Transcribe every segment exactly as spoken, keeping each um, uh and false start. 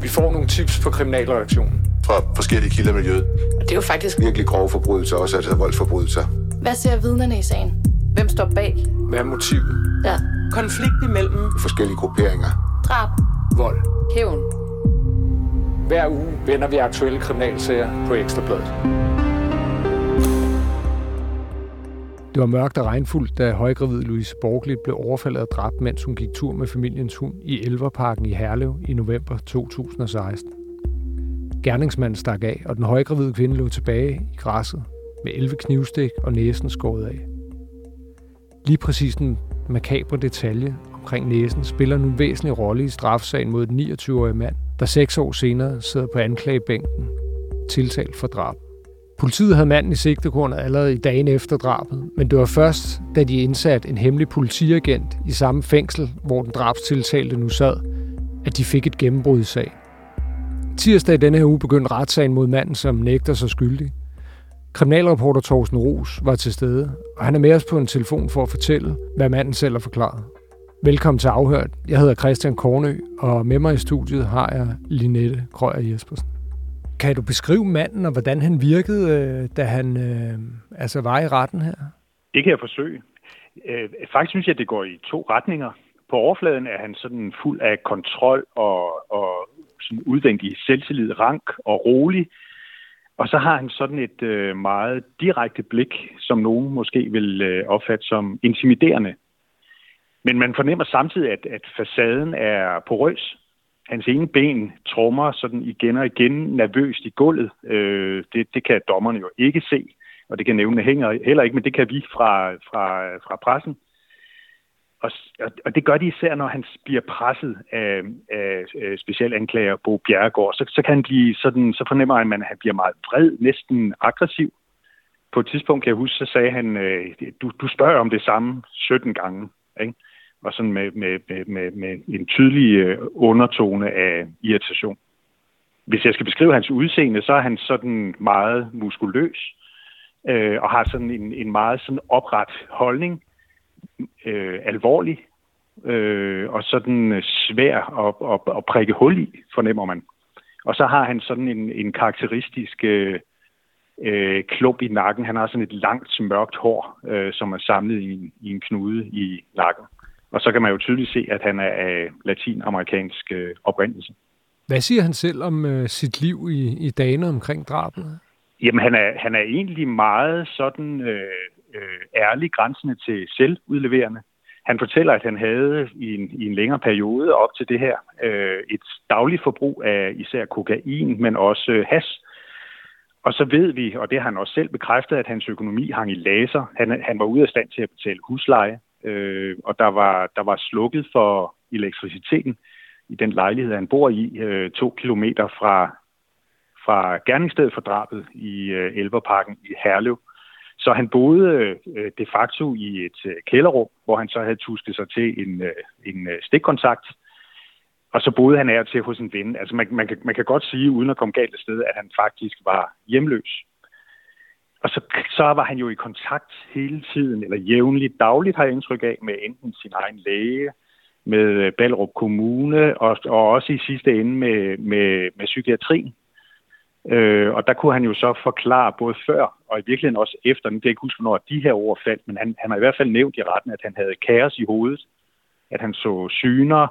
Vi får nogle tips på kriminalreaktionen fra forskellige kilder i miljøet. Og det er jo faktisk virkelig grove forbrydelser, også altså voldsforbrydelser. Hvad ser vidnerne i sagen? Hvem står bag? Hvad er motivet? Ja. Konflikt imellem forskellige grupperinger. Drab. Vold. Hævn. Hver uge vender vi aktuelle kriminalsager på Ekstra Bladet. Det var mørkt og regnfuldt, da højgravid Louise Borgli blev overfaldet og dræbt, mens hun gik tur med familiens hund i Elverparken i Herlev i november to tusind og seksten. Gerningsmanden stak af, og den højgravide kvinde lå tilbage i græsset med elleve knivstik og næsen skåret af. Lige præcis den makabre detalje omkring næsen spiller nu en væsentlig rolle i straffesagen mod den niogtyve-årige mand, der seks år senere sidder på anklagebænken, tiltalt for drab. Politiet havde manden i sigtekornet allerede i dagen efter drabet, men det var først, da de indsatte en hemmelig politiagent i samme fængsel, hvor den drabstiltalte nu sad, at de fik et gennembrud i sagen. Tirsdag i denne her uge begyndte retssagen mod manden, som nægter sig skyldig. Kriminalreporter Thorsten Roos var til stede, og han er med os på en telefon for at fortælle, hvad manden selv har forklaret. Velkommen til Afhørt. Jeg hedder Christian Kornø, og med mig i studiet har jeg Linette Krøyer Jespersen. Kan du beskrive manden, og hvordan han virkede, da han øh, altså var i retten her? Det kan jeg forsøge. Øh, faktisk synes jeg, at det går i to retninger. På overfladen er han sådan fuld af kontrol og, og sådan udvendig selvtillid, rank og rolig. Og så har han sådan et øh, meget direkte blik, som nogen måske vil øh, opfatte som intimiderende. Men man fornemmer samtidig, at, at facaden er porøs. Hans ene ben trommer sådan igen og igen nervøst i gulvet. Øh, det, det kan dommerne jo ikke se, og det kan nævne heller ikke, men det kan vi fra, fra, fra pressen. Og, og det gør de især, når han bliver presset af, af specialanklager Bo Bjerregaard. Så, så kan han blive sådan, så fornemmer han, at han bliver meget vred, næsten aggressiv. På et tidspunkt kan jeg huske, så sagde han, du, du spørger om det samme sytten gange, ikke? Og sådan med, med, med, med en tydelig undertone af irritation. Hvis jeg skal beskrive hans udseende, så er han sådan meget muskuløs øh, og har sådan en, en meget sådan opret holdning, øh, alvorlig øh, og sådan svær at, at, at prikke hul i, fornemmer man. Og så har han sådan en, en karakteristisk øh, øh, klump i nakken. Han har sådan et langt, mørkt hår, øh, som er samlet i en, i en knude i nakken. Og så kan man jo tydeligt se, at han er af latinamerikansk øh, oprindelse. Hvad siger han selv om øh, sit liv i, i dagene omkring drabet? Jamen, han er, han er egentlig meget sådan øh, øh, ærlig, grænsende til selvudleverende. Han fortæller, at han havde i en, i en længere periode op til det her øh, et dagligt forbrug af især kokain, men også øh, hash. Og så ved vi, og det har han også selv bekræftet, at hans økonomi hang i laser. Han, han var ude af stand til at betale husleje. Øh, og der var, der var slukket for elektriciteten i den lejlighed, han bor i, øh, to kilometer fra, fra gerningsstedet for drabet i øh, Elverparken i Herlev. Så han boede øh, de facto i et øh, kælderrum, hvor han så havde tusket sig til en, øh, en øh, stikkontakt. Og så boede han af til hos en ven. Altså man, man, kan, man kan godt sige, uden at komme galt af sted, at han faktisk var hjemløs. Og så, så var han jo i kontakt hele tiden, eller jævnligt, dagligt har jeg indtryk af, med enten sin egen læge, med Ballerup Kommune, og, og også i sidste ende med, med, med psykiatrien. Øh, og der kunne han jo så forklare både før, og i virkeligheden også efter, nu kan jeg ikke huske, hvornår de her ord faldt, men han, han har i hvert fald nævnt i retten, at han havde kaos i hovedet, at han så syner.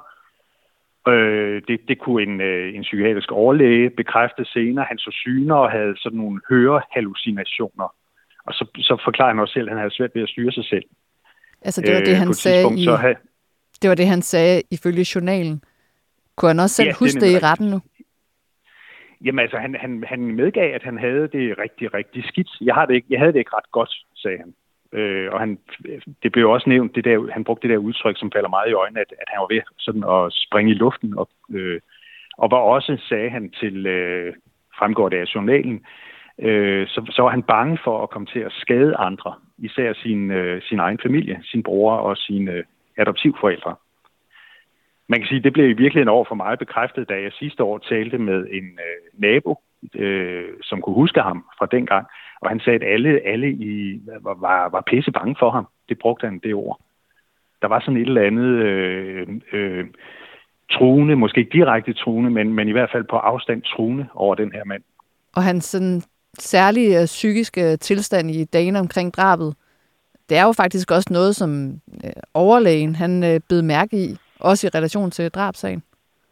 Øh, det, det kunne en, en psykiatrisk overlæge bekræfte senere. Han så syner og havde sådan nogle hørehallucinationer. Og så, så forklarer han også selv, at han havde svært ved at styre sig selv. Altså det var det, han øh, sagde i... Have... Det var det, han sagde ifølge journalen. Kunne han også selv ja, huske det, det i retten nu? Jamen altså, han, han, han medgav, at han havde det rigtig, rigtig skidt. Jeg, har det ikke, jeg havde det ikke ret godt, sagde han. Øh, og han, det blev også nævnt, det der, han brugte det der udtryk, som falder meget i øjnene, at, at han var ved sådan at springe i luften. Og, øh, og var også, sagde han til, øh, fremgår det af journalen, øh, så, så var han bange for at komme til at skade andre, især sin, øh, sin egen familie, sin bror og sine øh, adoptivforældre. Man kan sige, at det blev i virkeligheden over for mig bekræftet, da jeg sidste år talte med en øh, nabo, øh, som kunne huske ham fra dengang. Og han sagde, at alle, alle i, var, var, var pisse bange for ham. Det brugte han det ord. Der var sådan et eller andet øh, øh, truende, måske ikke direkte truende, men, men i hvert fald på afstand truende over den her mand. Og hans sådan særlige psykiske tilstand i dagene omkring drabet, det er jo faktisk også noget, som øh, overlægen han øh, bed mærke i, også i relation til drabsagen.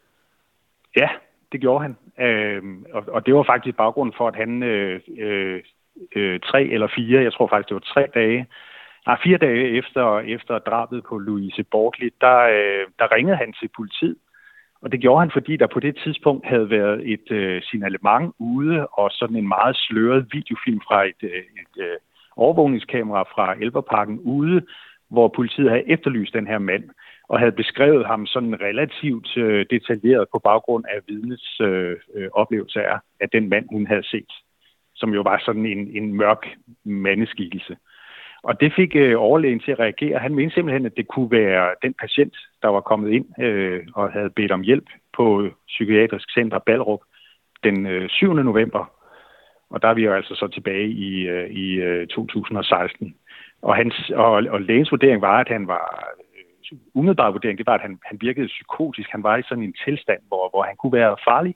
Ja, det gjorde han. Øh, og, og det var faktisk baggrunden for, at han øh, øh, øh, tre eller fire, jeg tror faktisk, det var tre dage, nej, fire dage efter, efter drabet på Louise Borgli, der, øh, der ringede han til politiet. Og det gjorde han, fordi der på det tidspunkt havde været et øh, signalement ude, og sådan en meget sløret videofilm fra et, øh, et øh, overvågningskamera fra Elverparken ude, hvor politiet havde efterlyst den her mand, og havde beskrevet ham sådan relativt øh, detaljeret på baggrund af vidnets øh, øh, oplevelse af, af den mand, hun havde set, som jo var sådan en, en mørk mandeskikkelse. Og det fik øh, overlægen til at reagere. Han mente simpelthen, at det kunne være den patient, der var kommet ind øh, og havde bedt om hjælp på Psykiatrisk Center Ballerup den øh, syvende november. Og der er vi jo altså så tilbage i, øh, i øh, to tusind og seksten. Og, hans, og, og lægens vurdering var, at han var... Øh, umiddelbar vurdering, det var, at han, han virkede psykotisk. Han var i sådan en tilstand, hvor, hvor han kunne være farlig.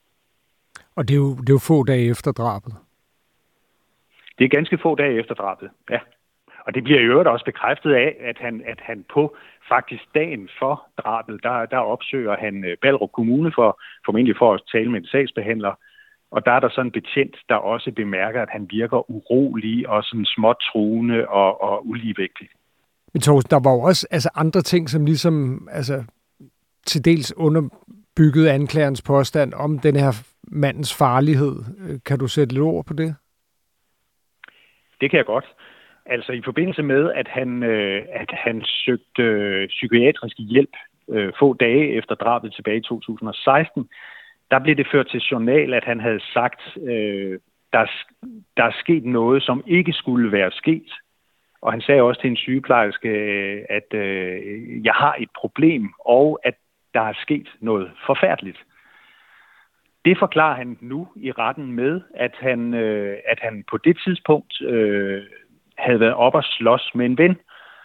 Og det er, jo, det er jo få dage efter drabet. Det er ganske få dage efter drabet, ja. Og det bliver i øvrigt også bekræftet af, at han, at han på faktisk dagen for drabet, der, der opsøger han Ballerup Kommune for, formentlig for at tale med en sagsbehandler. Og der er der sådan en betjent, der også bemærker, at han virker urolig og sådan småt truende og, og uligevægtig. Men Thorsten, der var jo også altså, andre ting, som ligesom altså, til dels underbyggede anklagerens påstand om den her mandens farlighed. Kan du sætte lidt ord på det? Det kan jeg godt. Altså i forbindelse med, at han, øh, at han søgte øh, psykiatrisk hjælp øh, få dage efter drabet tilbage i to tusind og seksten, der blev det ført til journal, at han havde sagt, øh, der, der er sket noget, som ikke skulle være sket. Og han sagde også til en sygeplejerske, at øh, jeg har et problem, og at der er sket noget forfærdeligt. Det forklarer han nu i retten med, at han, øh, at han på det tidspunkt øh, havde været op og slås med en ven,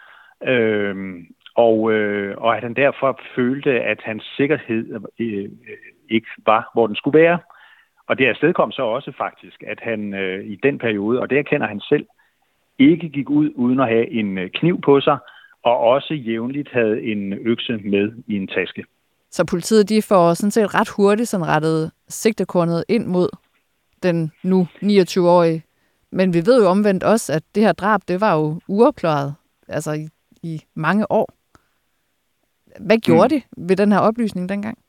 øh, og, øh, og at han derfor følte, at hans sikkerhed øh, ikke var, hvor den skulle være. Og det afstedkom så også faktisk, at han øh, i den periode, og det erkender han selv, ikke gik ud uden at have en kniv på sig, og også jævnligt havde en økse med i en taske. Så politiet de får sådan set ret hurtigt sådan rettet sigtekornet ind mod den nu niogtyve-årige. Men vi ved jo omvendt også, at det her drab, det var jo uopklaret, altså i, i mange år. Hvad gjorde mm. de ved den her oplysning dengang?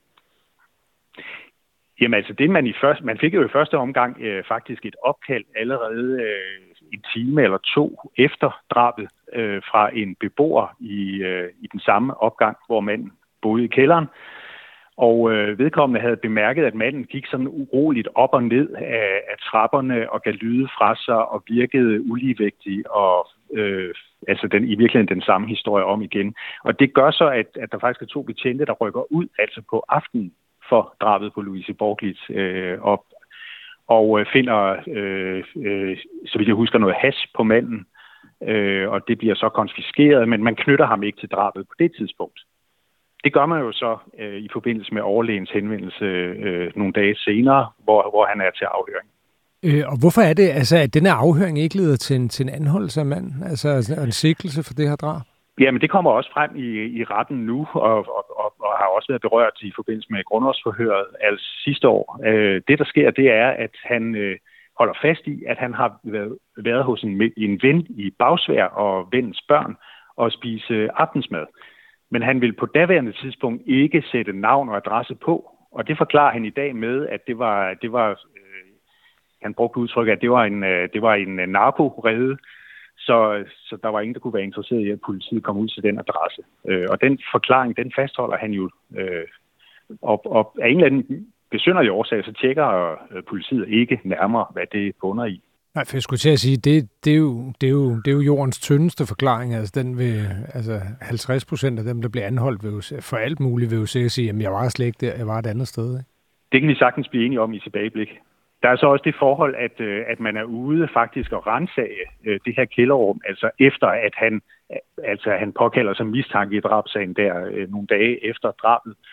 Jamen altså, det man i første, man fik jo i første omgang øh, faktisk et opkald allerede øh, en time eller to efter drabet øh, fra en beboer i, øh, i den samme opgang, hvor manden boede i kælderen. Og øh, vedkommende havde bemærket, at manden gik sådan uroligt op og ned af, af trapperne og gav lyde fra sig og virkede uligevægtig og øh, altså den, i virkeligheden den samme historie om igen. Og det gør så, at, at der faktisk er to betjente, der rykker ud altså på aftenen for drabet på Louise Borgli øh, og, og finder, øh, øh, så vidt jeg husker, noget hash på manden. Øh, og det bliver så konfiskeret, men man knytter ham ikke til drabet på det tidspunkt. Det gør man jo så øh, i forbindelse med overlægens henvendelse øh, nogle dage senere, hvor, hvor han er til afhøring. Øh, og hvorfor er det, altså, at denne afhøring ikke leder til en, til en anholdelse af manden? Altså en sigtelse for det her drab? Jamen, det kommer også frem i, i retten nu, og, og, og, og har også været berørt i forbindelse med grundlovsforhøret altså sidste år. Øh, det, der sker, det er, at han øh, holder fast i, at han har været, været hos en, en ven i Bagsværd og vennens børn og spise aftensmad. Men han vil på daværende tidspunkt ikke sætte navn og adresse på, og det forklarer han i dag med, at det var, det var øh, han brugte udtryk, at det var en, øh, det var en narkorede, så, så der var ingen, der kunne være interesseret i, at politiet kom ud til den adresse. Øh, og den forklaring, den fastholder han jo, øh, og, og af en eller anden besynderlig årsag, så tjekker øh, politiet ikke nærmere, hvad det bunder i. Nej, for jeg skulle til at sige, det, det, er jo, det, er jo, det er jo jordens tyndeste forklaring. Altså, den vil, altså halvtreds procent af dem, der bliver anholdt vil jo, for alt muligt, vil jo sikkert sige, at jeg var slet ikke der, jeg var et andet sted. Ikke? Det kan vi sagtens blive enige om i tilbageblik. Der er så også det forhold, at, at man er ude faktisk at ransage det her kælderrum, altså efter at han, altså han påkalder sig mistanke i drabsagen der nogle dage efter drabet.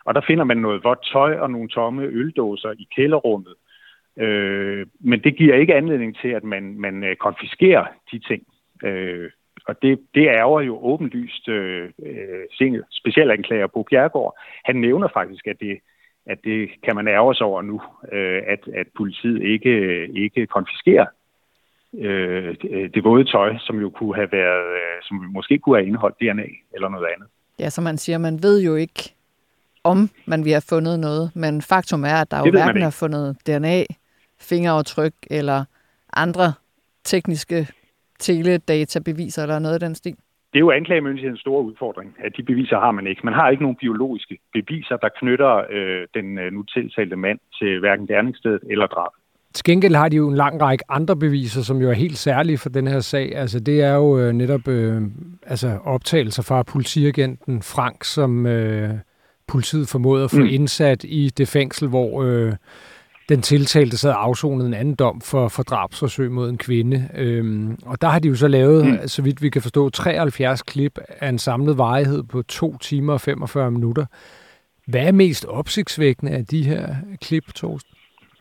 Og der finder man noget vådt tøj og nogle tomme øldåser i kælderrummet. Øh, men det giver ikke anledning til, at man, man konfiskerer de ting. Øh, og det, det ærger jo åbenlyst øh, specialanklager Bo Bjerregaard. Han nævner faktisk, at det, at det kan man ærge sig over nu, øh, at, at politiet ikke, ikke konfiskerer øh, det våde tøj, som jo kunne have været, øh, som måske kunne have indeholdt D N A eller noget andet. Ja, som man siger, man ved jo ikke, om man vil have fundet noget, men faktum er, at der jo hverken har fundet D N A, fingeraftryk eller andre tekniske teledatabeviser eller noget af den stil. Det er jo anklagemyndighedens store udfordring, at de beviser har man ikke. Man har ikke nogen biologiske beviser, der knytter øh, den øh, nu tiltalte mand til hverken gerningsstedet eller drab. Til gengæld har de jo en lang række andre beviser, som jo er helt særlige for den her sag. Altså det er jo øh, netop øh, altså optagelser fra politiagenten Frank, som øh, politiet formåede at få mm. indsat i det fængsel, hvor øh, den tiltalte sad afsonet en anden dom for, for drabsforsøg mod en kvinde. Øhm, og der har de jo så lavet, mm. så vidt vi kan forstå, treoghalvfjerds klip af en samlet varighed på to timer og femogfyrre minutter. Hvad er mest opsigtsvækkende af de her klip, Torsten?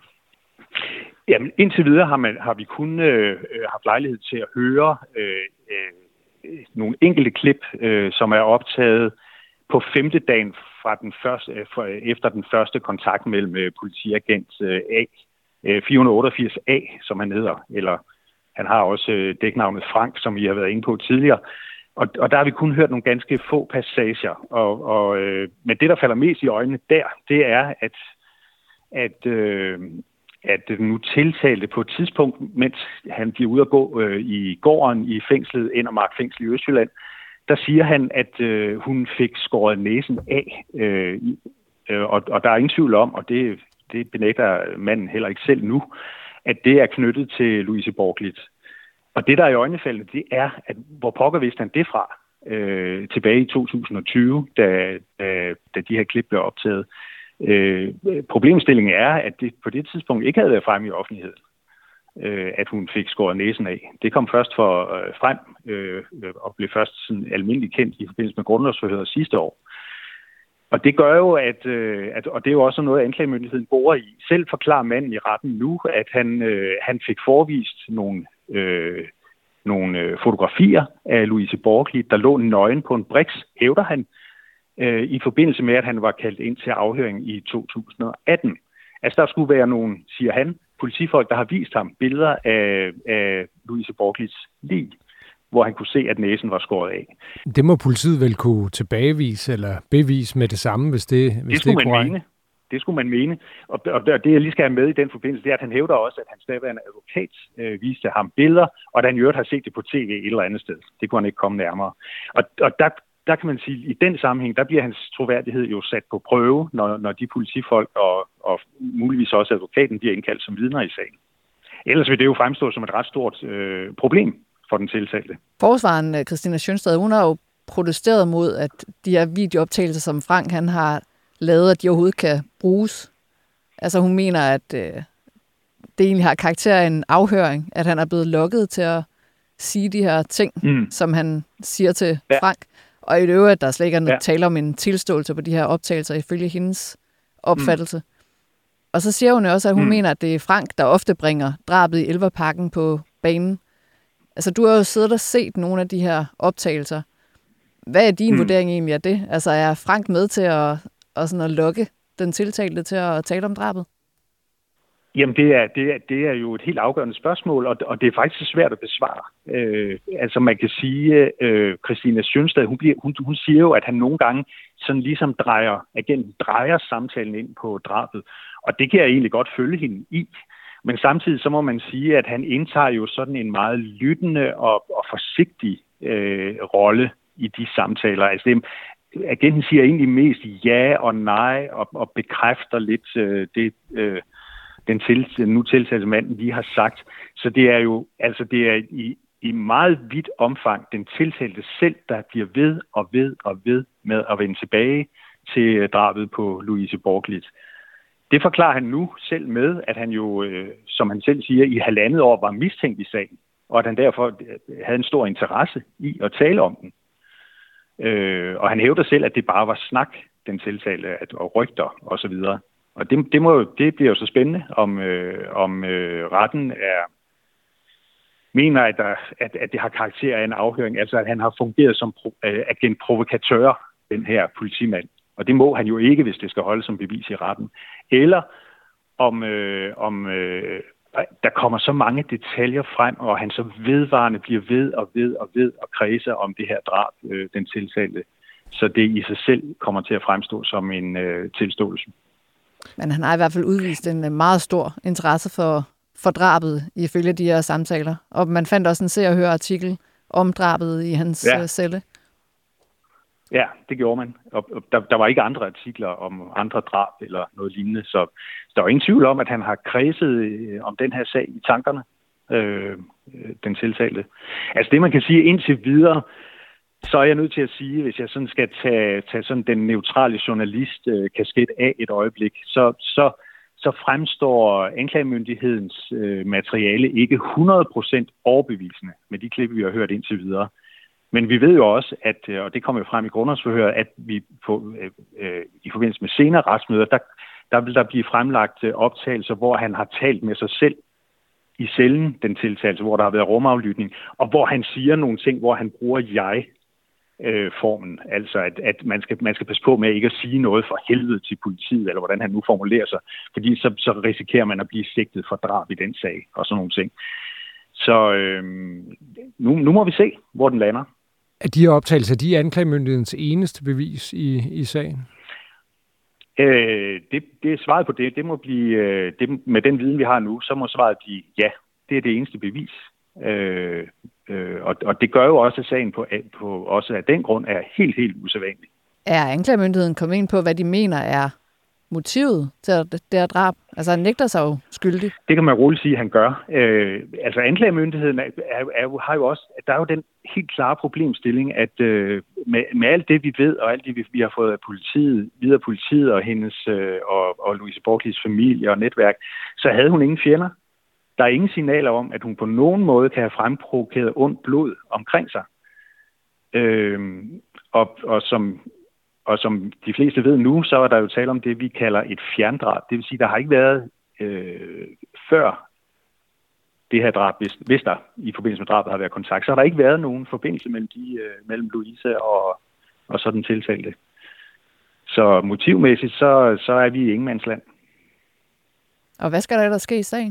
Jamen, indtil videre har, man, har vi kun øh, haft lejlighed til at høre øh, øh, nogle enkelte klip, øh, som er optaget på femte dagen fra den første, efter den første kontakt mellem øh, politiagent øh, A, øh, fire hundrede otteogfirs A, som han hedder, eller han har også øh, dæknavnet Frank, som vi har været inde på tidligere. Og, og der har vi kun hørt nogle ganske få passager. Og, og, øh, men det, der falder mest i øjnene der, det er, at, at, øh, at den nu tiltalte på et tidspunkt, mens han bliver ude at gå øh, i gården i fængslet, Endermark Fængsel i Østjylland, der siger han, at øh, hun fik skåret næsen af. Øh, øh, og, og der er ingen tvivl om, og det, det benægter manden heller ikke selv nu, at det er knyttet til Louise Borglit. Og det, der er i øjnefaldene, det er, at hvor pokker vidste han det fra øh, tilbage i to tusind og tyve, da, da, da de her klip blev optaget. Øh, problemstillingen er, at det på det tidspunkt ikke havde været fremme i offentligheden, øh, at hun fik skåret næsen af. Det kom først for øh, frem øh, og blev først sådan almindeligt kendt i forbindelse med grundlovsforhøret sidste år. Og det gør jo, at, øh, at, og det er jo også noget, anklagemyndigheden borer i. Selv forklarer manden i retten nu, at han, øh, han fik forvist nogle, øh, nogle øh, fotografier af Louise Borglit, der lå nøgen på en briks, hævder han, øh, i forbindelse med, at han var kaldt ind til afhøring i to tusind og atten. Altså der skulle være nogle, siger han, politifolk, der har vist ham billeder af, af Louise Borglits lig, hvor han kunne se, at næsen var skåret af. Det må politiet vel kunne tilbagevise eller bevise med det samme, hvis det, hvis det, skulle det er man korrekt? Mene. Det skulle man mene. Og, og det, jeg lige skal have med i den forbindelse, det er, at han hævder også, at hans daværende advokat øh, viste ham billeder, og at han i øvrigt har set det på tv et eller andet sted. Det kunne han ikke komme nærmere. Og, og der, der kan man sige, at i den sammenhæng, der bliver hans troværdighed jo sat på prøve, når, når de politifolk og, og muligvis også advokaten bliver indkaldt som vidner i sagen. Ellers vil det jo fremstå som et ret stort øh, problem for den tiltalte. Forsvaren Christina Sjønsted, hun har jo protesteret mod, at de her videooptagelser, som Frank han har lavet, at de overhovedet kan bruges. Altså hun mener, at øh, det egentlig har karakter af en afhøring, at han er blevet lokket til at sige de her ting, mm. som han siger til ja. Frank. Og i øvrigt, at der slet ikke er ja. tale om en tilståelse på de her optagelser, ifølge hendes opfattelse. Mm. Og så siger hun også, at hun mm. mener, at det er Frank, der ofte bringer drabet i Elverparken på banen. Altså, du har jo siddet og set nogle af de her optagelser. Hvad er din mm. vurdering egentlig af det? Altså, er Frank med til at, at, sådan at lokke den tiltalte til at tale om drabet? Jamen, det er, det er, det er jo et helt afgørende spørgsmål, og, og det er faktisk svært at besvare. Øh, altså, man kan sige, øh, Christina Sjønsted, hun, bliver, hun, hun siger jo, at han nogle gange sådan ligesom drejer, agenten drejer samtalen ind på drabet. Og det kan jeg egentlig godt følge hende i. Men samtidig så må man sige, at han indtager jo sådan en meget lyttende og, og forsigtig øh, rolle i de samtaler. Altså det, agenten siger egentlig mest ja og nej og, og bekræfter lidt øh, det, øh, den, til, den nu tiltalte manden lige har sagt. Så det er jo altså det er i, i meget vidt omfang den tiltalte selv, der bliver ved og ved og ved med at vende tilbage til drabet på Louise Borglit. Det forklarer han nu selv med, at han jo, øh, som han selv siger, i halvandet år var mistænkt i sagen, og at han derfor havde en stor interesse i at tale om den. Øh, og han hævder selv, at det bare var snak, den tiltalte, at, og rygter osv. Og, og det, det, må, det bliver jo så spændende, om, øh, om øh, retten er mener, at, der, at, at det har karakter af en afhøring, altså at han har fungeret som pro, øh, agent provokatør, den her politimand. Og det må han jo ikke, hvis det skal holde som bevis i retten. Eller om, øh, om øh, der kommer så mange detaljer frem, og han så vedvarende bliver ved og ved og ved og kredser om det her drab, øh, den tiltalte. Så det i sig selv kommer til at fremstå som en øh, tilståelse. Men han har i hvert fald udvist en meget stor interesse for, for drabet ifølge de her samtaler. Og man fandt også en se- og høre-artikel om drabet i hans ja. celle. Ja, det gjorde man. Og der, der var ikke andre artikler om andre drab eller noget lignende, så, så der var ingen tvivl om, at han har kredset øh, om den her sag i tankerne, øh, den tiltalte. Altså det, man kan sige indtil videre, så er jeg nødt til at sige, hvis jeg sådan skal tage, tage sådan den neutrale journalist øh, kasket af et øjeblik, så, så, så fremstår anklagemyndighedens øh, materiale ikke hundrede procent overbevisende med de klip, vi har hørt indtil videre. Men vi ved jo også, at, og det kommer jo frem i grundlovsforhøret, at vi på, øh, øh, i forbindelse med senere retsmøder, der, der vil der blive fremlagt optagelser, hvor han har talt med sig selv i cellen, den tiltagelse, hvor der har været rumaflytning, og hvor han siger nogle ting, hvor han bruger jeg-formen. Altså, at, at man, skal, man skal passe på med ikke at sige noget for helvede til politiet, eller hvordan han nu formulerer sig, fordi så, så risikerer man at blive sigtet for drab i den sag, og sådan nogle ting. Så øh, nu, nu må vi se, hvor den lander. Er de optagelser, de er anklagemyndighedens eneste bevis i, i sagen? Øh, det, det er svaret på det. Det må blive, øh, det, med den viden, vi har nu, så må svaret blive ja. Det er det eneste bevis. Øh, øh, og, og det gør jo også, at sagen på, på, også af den grund er helt, helt usædvanlig. Er anklagemyndigheden kommet ind på, hvad de mener er motivet til det her drab? Altså han nægter sig jo skyldig. Det kan man roligt sige, at han gør. Øh, altså anklagemyndigheden er, er, er, har jo også, der er jo den helt klare problemstilling, at øh, med, med alt det, vi ved, og alt det, vi, vi har fået af politiet, videre politiet og hendes øh, og, og Louise Borglis familie og netværk, så havde hun ingen fjender. Der er ingen signaler om, at hun på nogen måde kan have fremprovokeret ondt blod omkring sig. Øh, og, og som Og som de fleste ved nu, så er der jo tale om det, vi kalder et fjerndrab. Det vil sige, der har ikke været øh, før det her drab, hvis, hvis der i forbindelse med drabet har været kontakt, så har der ikke været nogen forbindelse mellem, de, øh, mellem Louise og, og så den tiltalte. Så motivmæssigt, så, så er vi i ingenmandsland. Og hvad skal der ellers ske i sagen?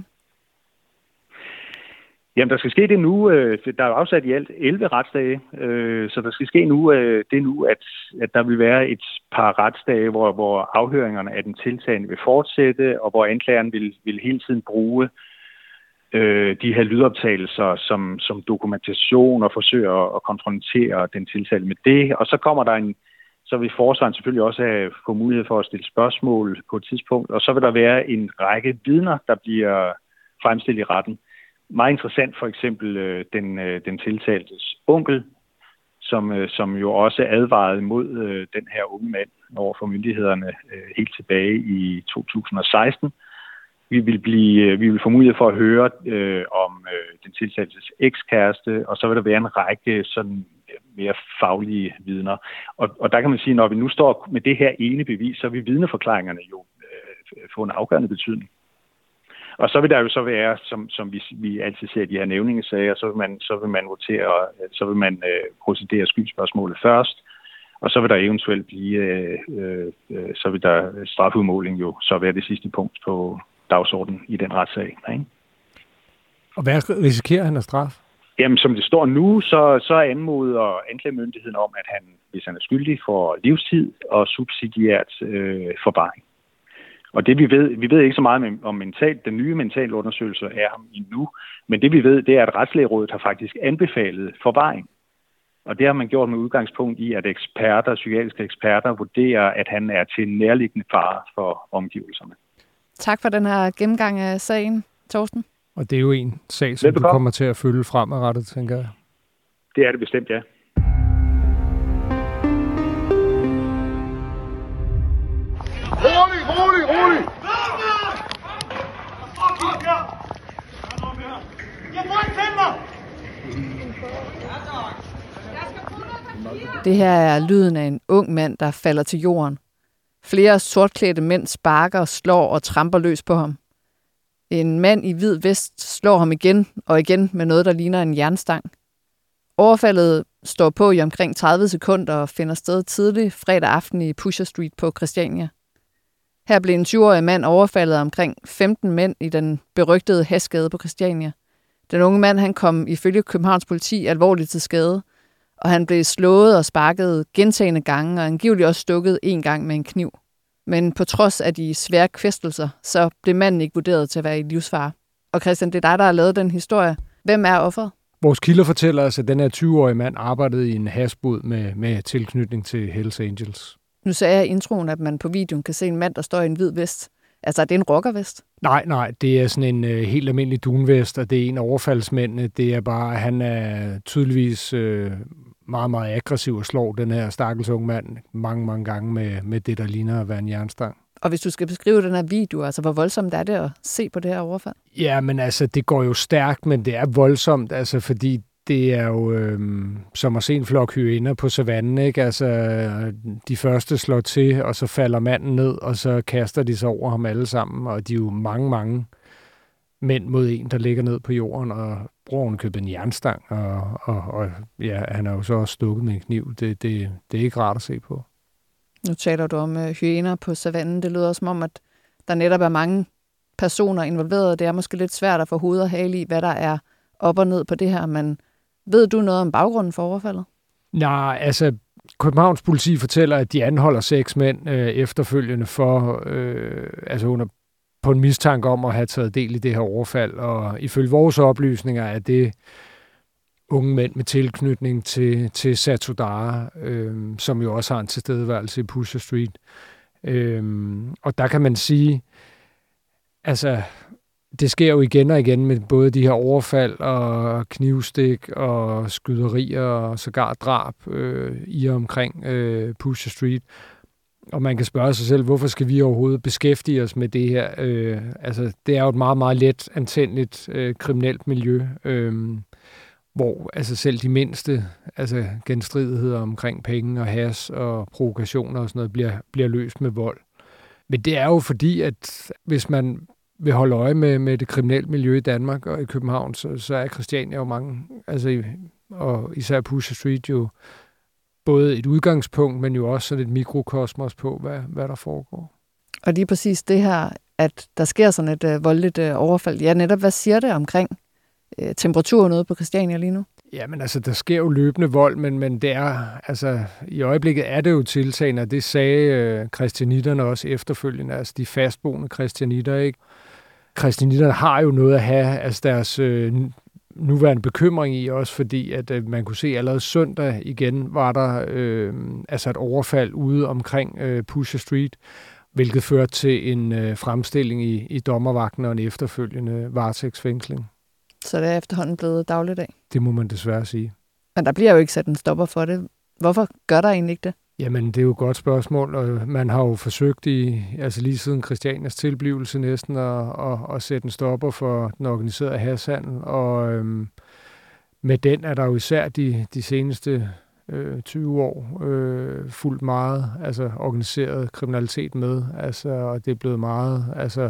Jamen, der skal ske det nu. Øh, der er afsat i alt elleve retsdage, øh, så der skal ske nu, øh, det nu, at, at der vil være et par retsdage, hvor, hvor afhøringerne af den tiltalende vil fortsætte, og hvor anklageren vil, vil hele tiden bruge øh, de her lydoptagelser som, som dokumentation og forsøge at, at konfrontere den tiltalte med det. Og så kommer der en, så vil forsvaren selvfølgelig også have, få mulighed for at stille spørgsmål på et tidspunkt, og så vil der være en række vidner, der bliver fremstillet i retten. Meget interessant for eksempel øh, den, øh, den tiltaltes onkel, som, øh, som jo også advarede mod øh, den her unge mand over for myndighederne øh, helt tilbage i to tusind og seksten. Vi vil, blive, øh, vi vil få mulighed for at høre øh, om øh, den tiltaltes ekskæreste, og så vil der være en række sådan mere faglige vidner. Og, og der kan man sige, når vi nu står med det her ene bevis, så vil vidneforklaringerne jo øh, få en afgørende betydning. Og så vil der jo så være, som, som vi, vi altid ser i de her nævningesager, så vil man, så vil man votere, så vil man øh, procedere skyldsspørgsmålet først, og så vil der eventuelt blive, øh, øh, så vil der strafudmåling jo så være det sidste punkt på dagsordenen i den retssag. Ikke? Og hvad risikerer han af straf? Jamen, som det står nu, så, så anmoder anklagemyndigheden om, at han, hvis han er skyldig, får livstid og subsidiært øh, forvaring. Og det vi ved, vi ved ikke så meget om mental, den nye mentalundersøgelse er ham endnu, men det vi ved, det er, at Retslægerådet har faktisk anbefalet forvaring. Og det har man gjort med udgangspunkt i, at eksperter, psykiatriske eksperter vurderer, at han er til nærliggende fare for omgivelserne. Tak for den her gennemgang af sagen, Torsten. Og det er jo en sag, som du kommer til at følge fremadrettet, tænker jeg. Det er det bestemt, ja. Rolig, rolig, rolig! Det her er lyden af en ung mand, der falder til jorden. Flere sortklædte mænd sparker, slår og tramper løs på ham. En mand i hvid vest slår ham igen og igen med noget, der ligner en jernstang. Overfaldet står på i omkring tredive sekunder og finder sted tidlig fredag aften i Pusher Street på Christiania. Her blev en tyve-årig mand overfaldet af omkring femten mænd i den berygtede hashgade på Christiania. Den unge mand han kom ifølge Københavns politi alvorligt til skade, og han blev slået og sparket gentagne gange og angiveligt også stukket en gang med en kniv. Men på trods af de svære kvæstelser, så blev manden ikke vurderet til at være i livsfare. Og Christian, det er dig, der har lavet den historie. Hvem er offeret? Vores kilder fortæller os, at den her tyve-årige mand arbejdede i en hashbod med, med tilknytning til Hells Angels. Nu sagde jeg i introen, at man på videoen kan se en mand, der står i en hvid vest. Altså, er det en rockervest? Nej, nej, det er sådan en øh, helt almindelig dunvest, og det er en af overfaldsmændene. Det er bare, han er tydeligvis øh, meget, meget aggressiv og slår den her stakkels unge mand mange, mange gange med, med det, der ligner at være en jernstang. Og hvis du skal beskrive den her video, altså hvor voldsomt er det at se på det her overfald? Ja, men altså, det går jo stærkt, men det er voldsomt, altså, fordi det er jo øh, som at se en flok hyæner på savannen, ikke? Altså, de første slår til, og så falder manden ned, og så kaster de sig over ham alle sammen, og de er jo mange, mange mænd mod en, der ligger ned på jorden, og bruger en købet en jernstang, og, og, og ja, han er jo så også stukket med en kniv. Det, det, det er ikke rart at se på. Nu taler du om øh, hyæner på savannen. Det lyder som om, at der netop er mange personer involveret. Det er måske lidt svært at få hovedet og hale i, hvad der er op og ned på det her, men ved du noget om baggrunden for overfaldet? Nej, altså Københavns politi fortæller, at de anholder seks mænd øh, efterfølgende for, øh, altså under, på en mistanke om at have taget del i det her overfald, og ifølge vores oplysninger er det unge mænd med tilknytning til, til Satudarah, øh, som jo også har en tilstedeværelse i Pusher Street. Øh, og der kan man sige, altså det sker jo igen og igen med både de her overfald og knivstik og skyderier og sågar drab øh, i og omkring øh, Pusher Street. Og man kan spørge sig selv, hvorfor skal vi overhovedet beskæftige os med det her? Øh, altså, det er jo et meget, meget let antændeligt øh, kriminelt miljø, øh, hvor altså selv de mindste altså genstridigheder omkring penge og hash og provokationer og sådan noget bliver, bliver løst med vold. Men det er jo fordi, at hvis man vil holde øje med, med det kriminelle miljø i Danmark og i København, så, så er Christiania jo mange, altså og især Pusher Street jo både et udgangspunkt, men jo også sådan et mikrokosmos på, hvad, hvad der foregår. Og lige præcis det her, at der sker sådan et uh, voldeligt uh, overfald. Ja, netop, hvad siger det omkring uh, temperaturen ude på Christiania lige nu? Ja, men altså, der sker jo løbende vold, men, men det er, altså, i øjeblikket er det jo tiltagende, og det sagde uh, christianitterne også efterfølgende, altså de fastboende christianitter, ikke? Christianitterne har jo noget at have, altså deres øh, nuværende bekymring i også, fordi at øh, man kunne se allerede søndag igen, var der øh, altså et overfald ude omkring øh, Pusher Street, hvilket førte til en øh, fremstilling i, i dommervagten og en efterfølgende varetægtsfængsling. Så det er efterhånden blevet dagligdag? Det må man desværre sige. Men der bliver jo ikke sat en stopper for det. Hvorfor gør der egentlig ikke det? Jamen, det er jo et godt spørgsmål, og man har jo forsøgt i, altså lige siden Christianias tilblivelse næsten, at, at, at sætte en stopper for den organiserede hashhandel, og øhm, med den er der jo især de, de seneste øh, tyve år øh, fuldt meget altså organiseret kriminalitet med, altså, og det er blevet meget altså,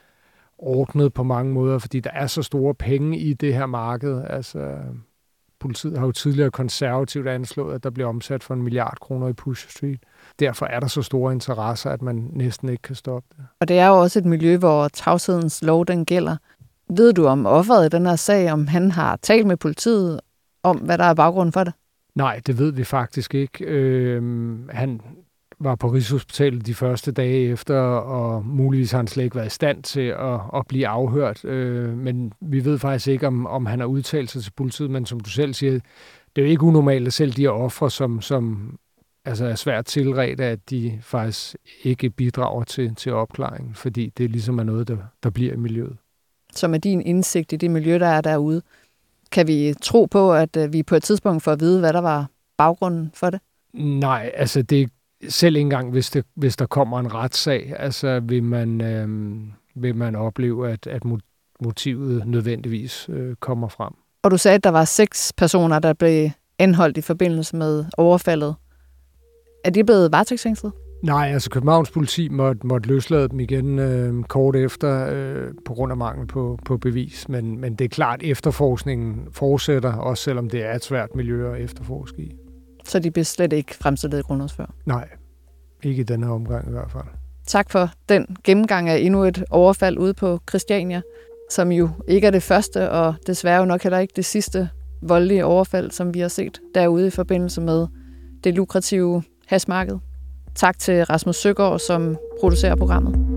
ordnet på mange måder, fordi der er så store penge i det her marked, altså. Politiet har jo tidligere konservativt anslået, at der bliver omsat for en milliard kroner i Pusher Street. Derfor er der så store interesser, at man næsten ikke kan stoppe det. Og det er jo også et miljø, hvor tavshedens lov den gælder. Ved du om offeret i den her sag, om han har talt med politiet om, hvad der er baggrunden for det? Nej, det ved vi faktisk ikke. Øh, han var på Rigshospitalet de første dage efter, og muligvis har han slet ikke været i stand til at, at blive afhørt. Øh, men vi ved faktisk ikke, om, om han har udtalt sig til politiet, men som du selv siger, det er jo ikke unormalt, at selv de her ofre, som, som altså er svært tilredt, at de faktisk ikke bidrager til, til opklaringen, fordi det ligesom er noget, der, der bliver i miljøet. Som er din indsigt i det miljø, der er derude. Kan vi tro på, at vi på et tidspunkt får at vide, hvad der var baggrunden for det? Nej, altså det selv ikke engang, hvis, det, hvis der kommer en retssag, altså vil man, øh, vil man opleve, at, at motivet nødvendigvis øh, kommer frem. Og du sagde, at der var seks personer, der blev anholdt i forbindelse med overfaldet. Er de blevet varetægtsfængslet? Nej, altså Københavns politi måtte, måtte løslade dem igen øh, kort efter øh, på grund af mangel på, på bevis. Men, men det er klart, at efterforskningen fortsætter, også selvom det er et svært miljø at efterforske i. Så de bliver slet ikke fremstillet i grundlovsfører? Nej, ikke i denne omgang i hvert fald. Tak for den gennemgang af endnu et overfald ude på Christiania, som jo ikke er det første, og desværre jo nok heller ikke det sidste voldelige overfald, som vi har set derude i forbindelse med det lukrative hashmarked. Tak til Rasmus Søgaard, som producerer programmet.